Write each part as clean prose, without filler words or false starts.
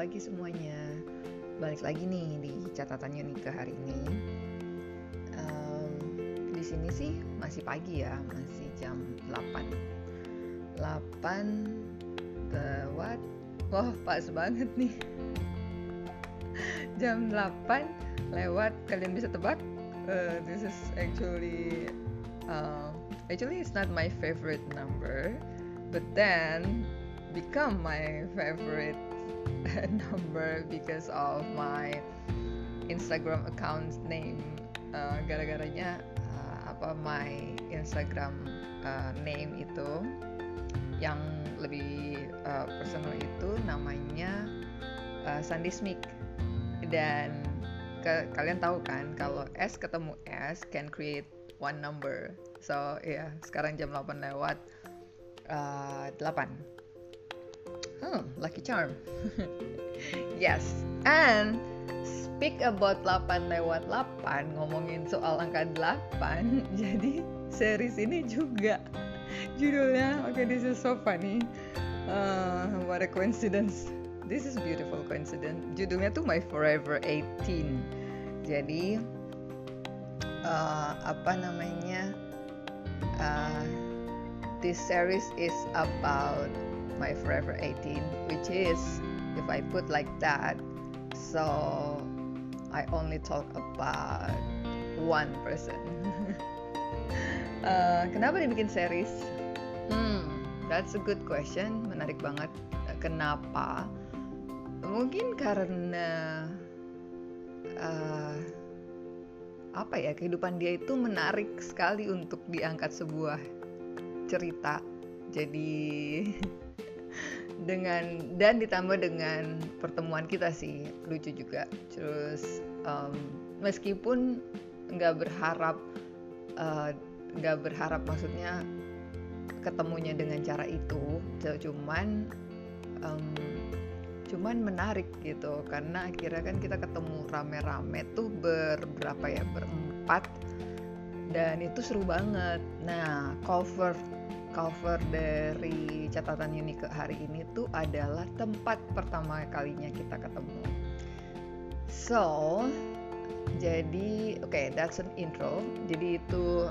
pagi semuanya. Balik lagi nih di catatannya nih ke hari ini. Di sini sih masih pagi ya, masih jam 8 lewat. Wah, pas banget nih. Jam 8 lewat, kalian bisa tebak? This is actually it's not my favorite number, but then become my favorite number because of my Instagram account name. Gara-garanya my Instagram name itu yang lebih personal itu namanya Sandy Smith, dan kalian tahu kan kalau S ketemu S can create one number. So sekarang jam 8 lewat 8. Lucky charm. Yes. And speak about 8 lewat 8, ngomongin soal angka 8. Jadi series ini juga judulnya, this is so funny. What a coincidence. This is beautiful coincidence. Judulnya tuh My Forever 18. Jadi this series is about My Forever 18, which is, if I put like that, so I only talk about one person. Kenapa dibikin series? That's a good question. Menarik banget. Kenapa? Mungkin karena kehidupan dia itu menarik sekali untuk diangkat sebuah cerita. Jadi dan ditambah dengan pertemuan kita sih, lucu juga. Terus meskipun nggak berharap maksudnya ketemunya dengan cara itu, cuman menarik gitu, karena akhirnya kan kita ketemu rame-rame tuh berempat, dan itu seru banget. Nah, cover dari catatan ini ke hari ini tuh adalah tempat pertama kalinya kita ketemu. So, jadi that's an intro. Jadi itu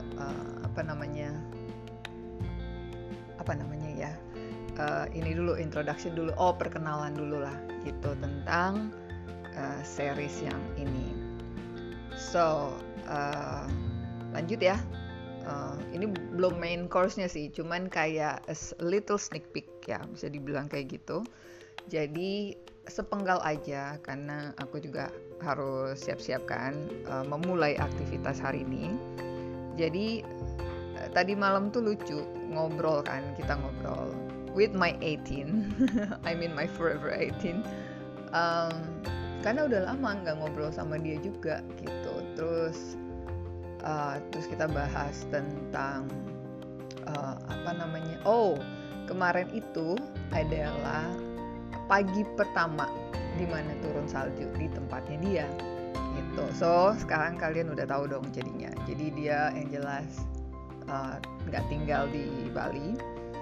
ini dulu, introduction dulu, perkenalan dulu lah gitu tentang series yang ini. So, lanjut ya. Ini belum main course-nya sih, cuman kayak a little sneak peek ya, bisa dibilang kayak gitu. Jadi sepenggal aja, karena aku juga harus siap-siap kan memulai aktivitas hari ini. Jadi tadi malam tuh lucu, kita ngobrol with my 18 I mean my forever 18, karena udah lama nggak ngobrol sama dia juga gitu. Terus kita bahas tentang kemarin itu adalah pagi pertama di mana turun salju di tempatnya dia gitu. So sekarang kalian udah tahu dong jadinya. Jadi dia yang jelas nggak tinggal di Bali,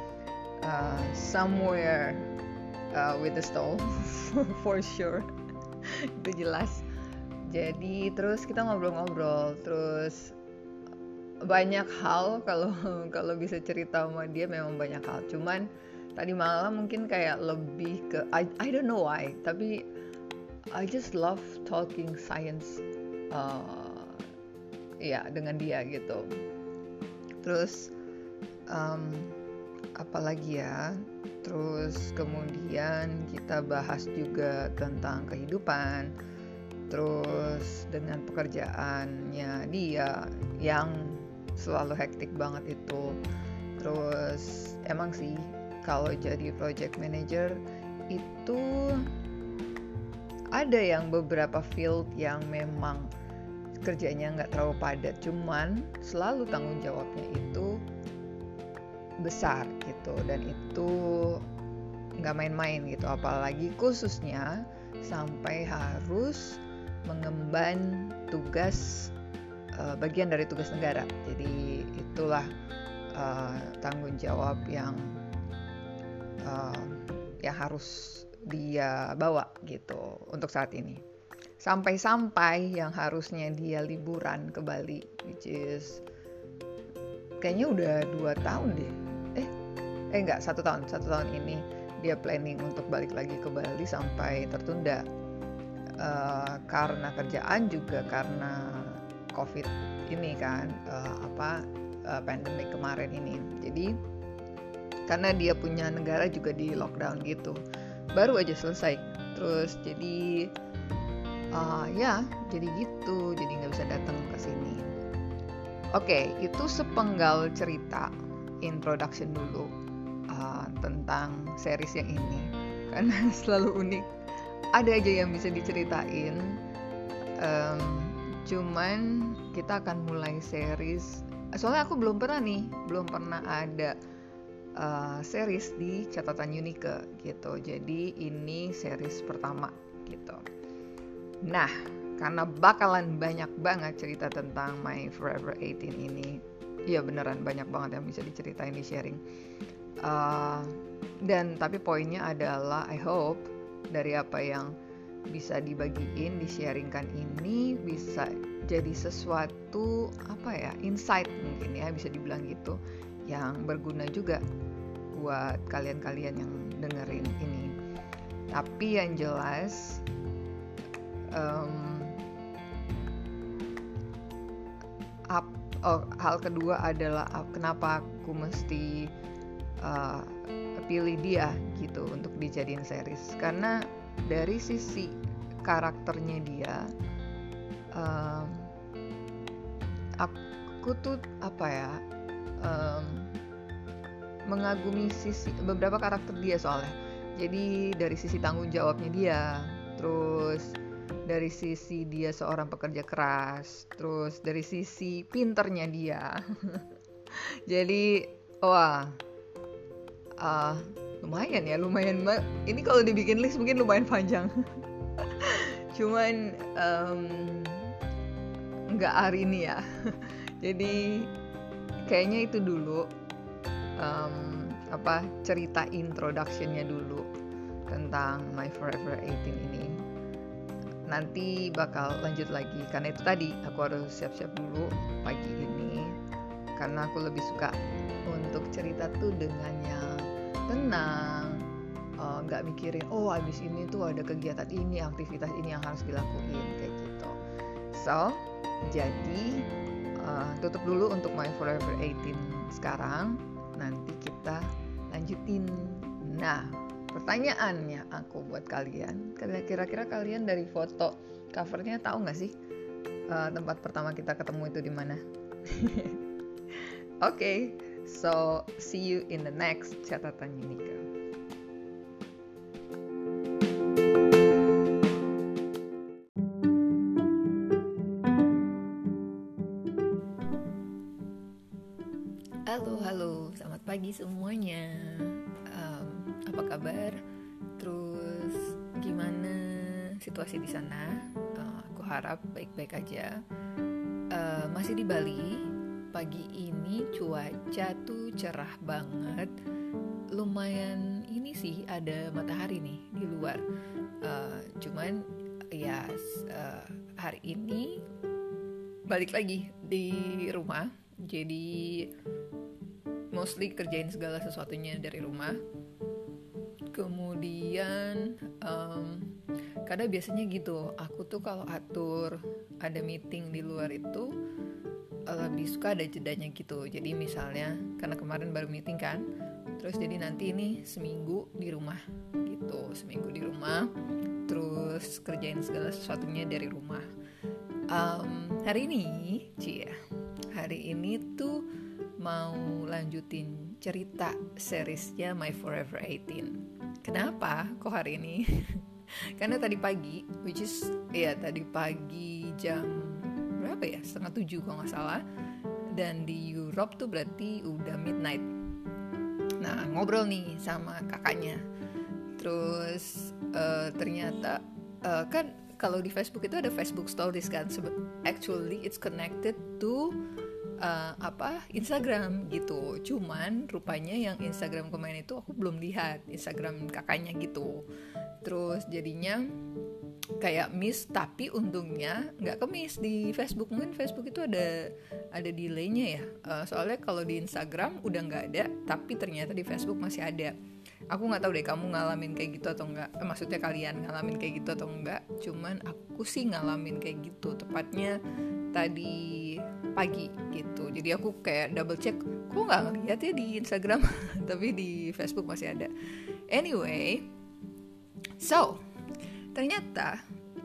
somewhere with the snow for sure. Itu jelas. Jadi terus kita ngobrol-ngobrol, terus banyak hal. Kalau bisa cerita sama dia memang banyak hal, cuman tadi malam mungkin kayak lebih ke I don't know why, tapi I just love talking science dengan dia gitu. Terus apalagi ya, terus kemudian kita bahas juga tentang kehidupan, terus dengan pekerjaannya dia yang selalu hektik banget itu. Terus emang sih kalau jadi project manager itu ada yang beberapa field yang memang kerjanya nggak terlalu padat, cuman selalu tanggung jawabnya itu besar gitu, dan itu nggak main-main gitu, apalagi khususnya sampai harus mengemban tugas bagian dari tugas negara. Jadi itulah tanggung jawab yang harus dia bawa gitu untuk saat ini. Sampai-sampai yang harusnya dia liburan ke Bali, which is kayaknya udah 2 tahun deh. Enggak, 1 tahun ini dia planning untuk balik lagi ke Bali sampai tertunda. Karena kerjaan juga karena COVID ini kan, pandemic kemarin ini. Jadi karena dia punya negara juga di lockdown gitu, baru aja selesai. Terus jadi jadi gitu, jadi nggak bisa datang ke sini. Oke, itu sepenggal cerita introduction dulu tentang series yang ini, karena selalu unik, ada aja yang bisa diceritain. Cuman kita akan mulai series, soalnya aku belum pernah ada series di catatan Unike gitu, jadi ini series pertama gitu. Nah, karena bakalan banyak banget cerita tentang My Forever 18 ini, iya beneran banyak banget yang bisa diceritain, di sharing. Dan tapi poinnya adalah I hope dari apa yang bisa dibagiin, di-sharingkan ini bisa jadi sesuatu insight mungkin ya, bisa dibilang gitu, yang berguna juga buat kalian-kalian yang dengerin ini. Tapi yang jelas hal kedua adalah kenapa aku mesti pilih dia gitu untuk dijadiin series, karena dari sisi karakternya dia, aku tuh mengagumi beberapa karakter dia soalnya. Jadi dari sisi tanggung jawabnya dia, terus dari sisi dia seorang pekerja keras, terus dari sisi pinternya dia. Jadi lumayan ini kalau dibikin list mungkin lumayan panjang. Cuman nggak hari ini ya. Jadi kayaknya itu dulu cerita introductionnya dulu tentang My Forever 18 ini. Nanti bakal lanjut lagi, karena itu tadi aku harus siap-siap dulu pagi ini, karena aku lebih suka untuk cerita tuh dengan yang tenang, gak mikirin abis ini tuh ada kegiatan ini, aktivitas ini yang harus dilakuin kayak gitu. So jadi tutup dulu untuk My Forever 18 sekarang, nanti kita lanjutin. Nah, pertanyaannya aku buat kalian, kira-kira kalian dari foto covernya tahu nggak sih tempat pertama kita ketemu itu di mana? Okay, so see you in the next catatan Unike. Halo, selamat pagi semuanya. Apa kabar? Terus gimana situasi di sana? Aku harap baik-baik aja. Masih di Bali. Pagi ini cuaca tuh cerah banget. Lumayan ini sih, ada matahari nih di luar. Cuman ya hari ini balik lagi di rumah. Jadi mostly kerjain segala sesuatunya dari rumah. Kemudian karena biasanya gitu, aku tuh kalau atur ada meeting di luar itu lebih suka ada jedanya gitu. Jadi misalnya karena kemarin baru meeting kan, terus jadi nanti ini seminggu di rumah gitu, seminggu di rumah terus kerjain segala sesuatunya dari rumah. Hari ini tuh mau lanjutin cerita seriesnya My Forever 18. Kenapa kok hari ini? Karena tadi pagi, tadi pagi jam berapa ya? 6:30 kalau nggak salah. Dan di Europe tuh berarti udah midnight. Nah, ngobrol nih sama kakaknya. Terus ternyata kan kalau di Facebook itu ada Facebook Stories kan. Actually it's connected to Instagram gitu. Cuman rupanya yang Instagram kemarin itu aku belum lihat Instagram kakaknya gitu. Terus jadinya kayak miss, tapi untungnya nggak ke-miss di Facebook. Mungkin Facebook itu ada delaynya ya. Soalnya kalau di Instagram udah nggak ada, tapi ternyata di Facebook masih ada. Aku nggak tahu deh kamu ngalamin kayak gitu atau enggak. Maksudnya kalian ngalamin kayak gitu atau enggak. Cuman aku sih ngalamin kayak gitu. Tepatnya tadi pagi gitu. Jadi aku kayak double check, kok nggak ngeliat ya di Instagram, tapi di Facebook masih ada. Anyway, so ternyata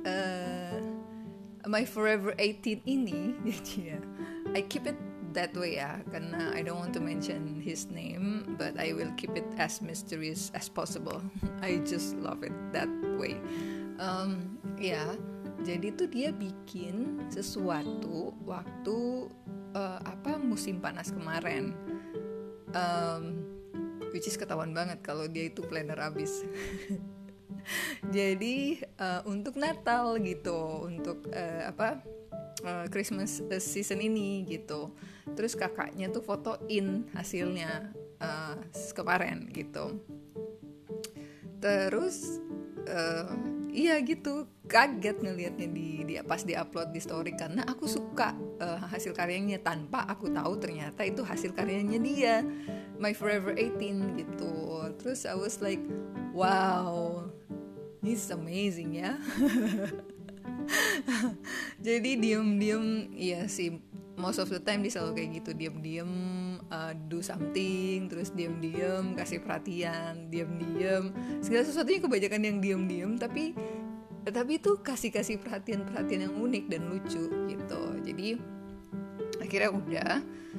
my Forever 18 ini, ya, I keep it that way ya, karena I don't want to mention his name, but I will keep it as mysterious as possible. I just love it that way. Jadi tuh dia bikin sesuatu waktu musim panas kemarin, which is ketahuan banget kalau dia itu planner abis. Jadi untuk Natal gitu, untuk Christmas season ini gitu. Terus kakaknya tuh fotoin hasilnya kemarin gitu. Terus iya gitu, kaget ngelihatnya di pas di-upload di story, karena aku suka hasil karyanya tanpa aku tahu ternyata itu hasil karyanya dia, My Forever 18 gitu. Terus I was like, wow, he's amazing ya. Jadi diem-diem, iya sih, most of the time dia selalu kayak gitu, diem-diem do something, terus diem-diem kasih perhatian, diem-diem segala sesuatunya kebanyakan yang diem-diem, tapi itu kasih perhatian yang unik dan lucu gitu. Jadi akhirnya udah,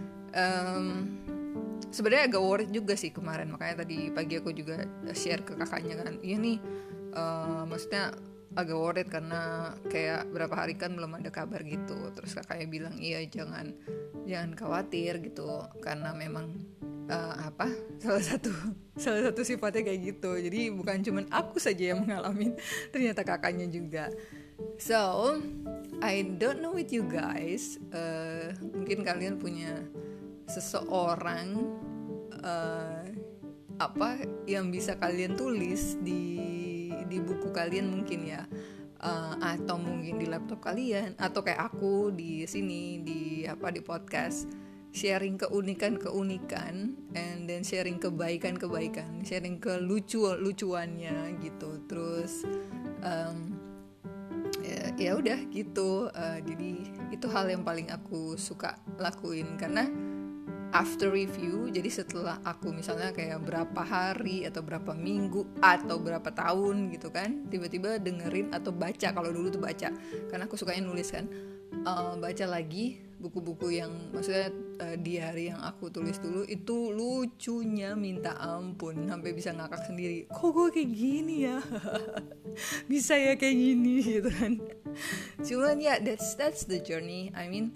sebenarnya agak worried juga sih kemarin, makanya tadi pagi aku juga share ke kakaknya kan, iya nih, maksudnya agak worried karena kayak berapa hari kan belum ada kabar gitu. Terus kakaknya bilang, iya jangan khawatir gitu, karena memang salah satu sifatnya kayak gitu. Jadi bukan cuman aku saja yang mengalami, ternyata kakaknya juga. So I don't know with you guys, mungkin kalian punya seseorang yang bisa kalian tulis di buku kalian mungkin ya, atau mungkin di laptop kalian, atau kayak aku di sini di podcast, sharing keunikan and then sharing kebaikan, sharing kelucuannya gitu. Terus ya udah gitu. Jadi itu hal yang paling aku suka lakuin, karena after review, jadi setelah aku misalnya kayak berapa hari atau berapa minggu atau berapa tahun gitu kan, tiba-tiba dengerin atau baca, kalau dulu tuh baca karena aku sukanya nulis kan, baca lagi buku-buku yang maksudnya diary yang aku tulis dulu, itu lucunya minta ampun, sampai bisa ngakak sendiri, kok gue kayak gini ya. Bisa ya kayak gini gitu kan. Cuman ya that's the journey. I mean,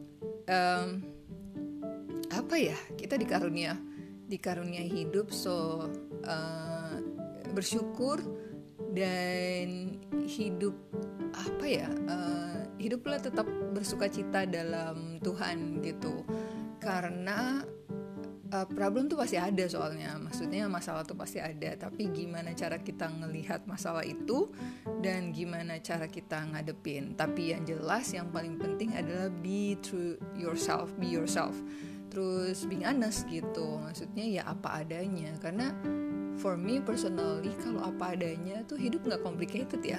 kita dikarunia hidup, so bersyukur dan hiduplah tetap bersukacita dalam Tuhan gitu, karena problem tuh pasti ada, soalnya maksudnya masalah tuh pasti ada, tapi gimana cara kita ngelihat masalah itu dan gimana cara kita ngadepin. Tapi yang jelas yang paling penting adalah be yourself. Terus being honest gitu, maksudnya ya apa adanya. Karena for me personally, kalau apa adanya tuh hidup gak complicated ya.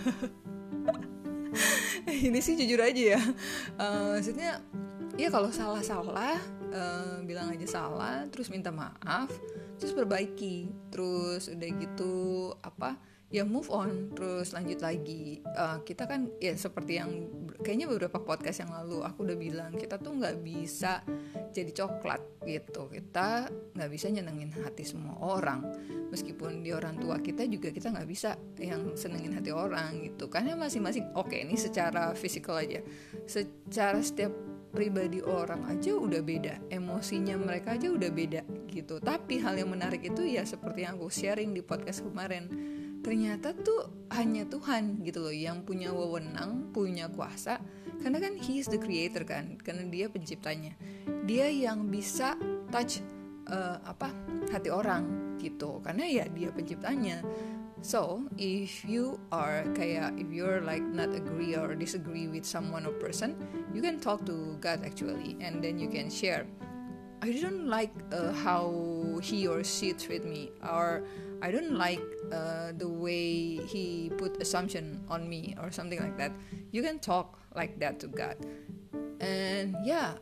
Ini sih jujur aja ya, maksudnya ya kalau salah bilang aja salah, terus minta maaf, terus perbaiki, terus udah gitu ya move on, terus lanjut lagi. Kita kan ya seperti yang kayaknya beberapa podcast yang lalu aku udah bilang, kita tuh nggak bisa jadi coklat gitu, kita nggak bisa nyenengin hati semua orang, meskipun di orang tua kita juga kita nggak bisa yang senengin hati orang gitu, karena masing-masing. Oke, ini secara fisikal aja, secara setiap pribadi orang aja udah beda, emosinya mereka aja udah beda gitu. Tapi hal yang menarik itu ya seperti yang aku sharing di podcast kemarin, ternyata tuh hanya Tuhan gitu loh yang punya wewenang, punya kuasa karena kan he is the creator kan, karena dia penciptanya, dia yang bisa touch hati orang gitu, karena ya dia penciptanya. So if you are if you're like not agree or disagree with someone or person, you can talk to God actually, and then you can share, I don't like how he or she treat me, or I don't like the way he put assumption on me or something like that. You can talk like that to God, and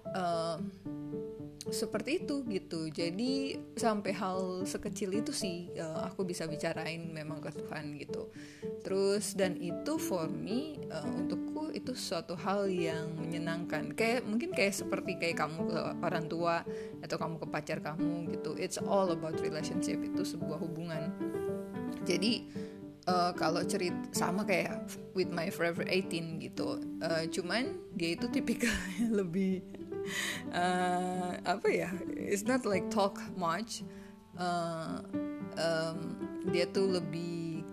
seperti itu gitu. Jadi sampai hal sekecil itu sih aku bisa bicarain memang ke Tuhan gitu. Terus dan itu for me, untukku itu suatu hal yang menyenangkan. Mungkin seperti kamu ke orang tua atau kamu ke pacar kamu gitu. It's all about relationship, itu sebuah hubungan. Jadi kalau cerita sama kayak with my forever 18 gitu, cuman dia itu tipikalnya lebih it's not like talk much, dia tuh lebih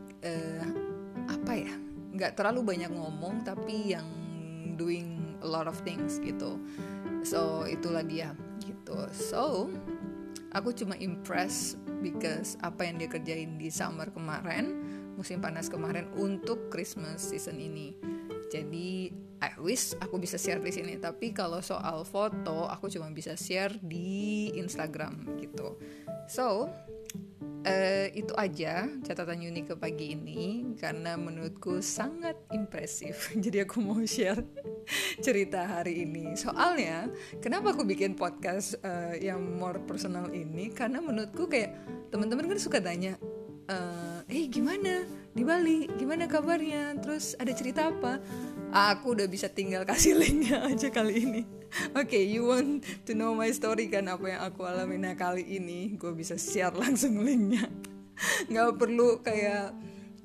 nggak terlalu banyak ngomong tapi yang doing a lot of things gitu. So itulah dia gitu. So aku cuma impressed because apa yang dia kerjain di summer kemarin, musim panas kemarin, untuk Christmas season ini. Jadi I wish aku bisa share di sini, tapi kalau soal foto aku cuma bisa share di Instagram gitu. So itu aja catatan unik ke pagi ini, karena menurutku sangat impresif. Jadi aku mau share cerita hari ini. Soalnya kenapa aku bikin podcast yang more personal ini, karena menurutku kayak teman-teman kan suka tanya, gimana di Bali, gimana kabarnya, terus ada cerita apa. Aku udah bisa tinggal kasih linknya aja kali ini. Okay, you want to know my story kan, apa yang aku alami. Nah kali ini gue bisa share langsung linknya. Nggak perlu kayak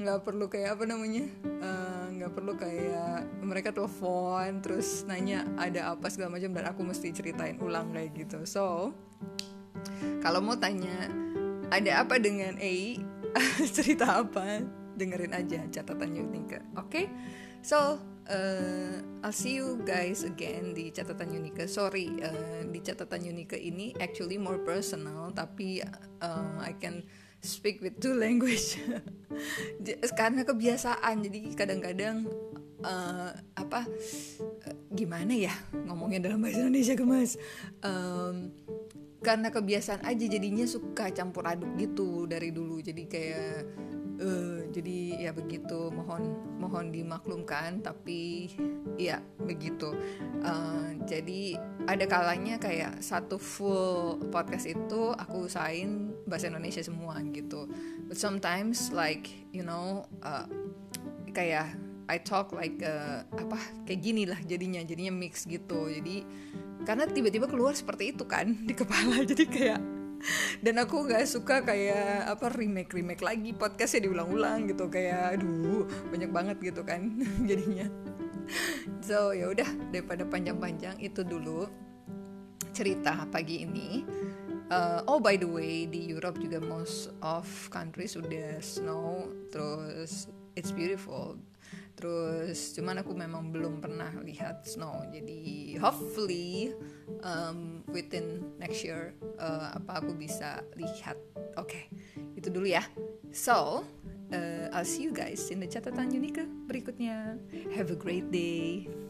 mereka telepon terus nanya ada apa segala macam dan aku mesti ceritain ulang kayak gitu. So kalau mau tanya ada apa dengan cerita apa, dengerin aja catatan Unika. Okay? So I'll see you guys again di catatan Unika. Sorry, di catatan Unika ini actually more personal, tapi I can speak with two language karena kebiasaan. Jadi kadang-kadang gimana ya ngomongnya dalam bahasa Indonesia Mas, karena kebiasaan aja jadinya suka campur aduk gitu dari dulu. Jadi kayak jadi ya begitu, mohon dimaklumkan, tapi ya begitu. Jadi ada kalanya kayak satu full podcast itu aku usahain bahasa Indonesia semua gitu. But sometimes like kayak I talk like kayak gini lah jadinya mix gitu. Jadi karena tiba-tiba keluar seperti itu kan di kepala, jadi kayak, dan aku nggak suka kayak remake lagi podcastnya diulang-ulang gitu, kayak aduh banyak banget gitu kan jadinya. So ya udah, daripada panjang-panjang, itu dulu cerita pagi ini. By the way, di Europe juga most of countries sudah snow, terus it's beautiful. Terus cuman aku memang belum pernah lihat snow, jadi hopefully within next year aku bisa lihat. Okay, itu dulu ya. So I'll see you guys in the catatan Unika berikutnya. Have a great day.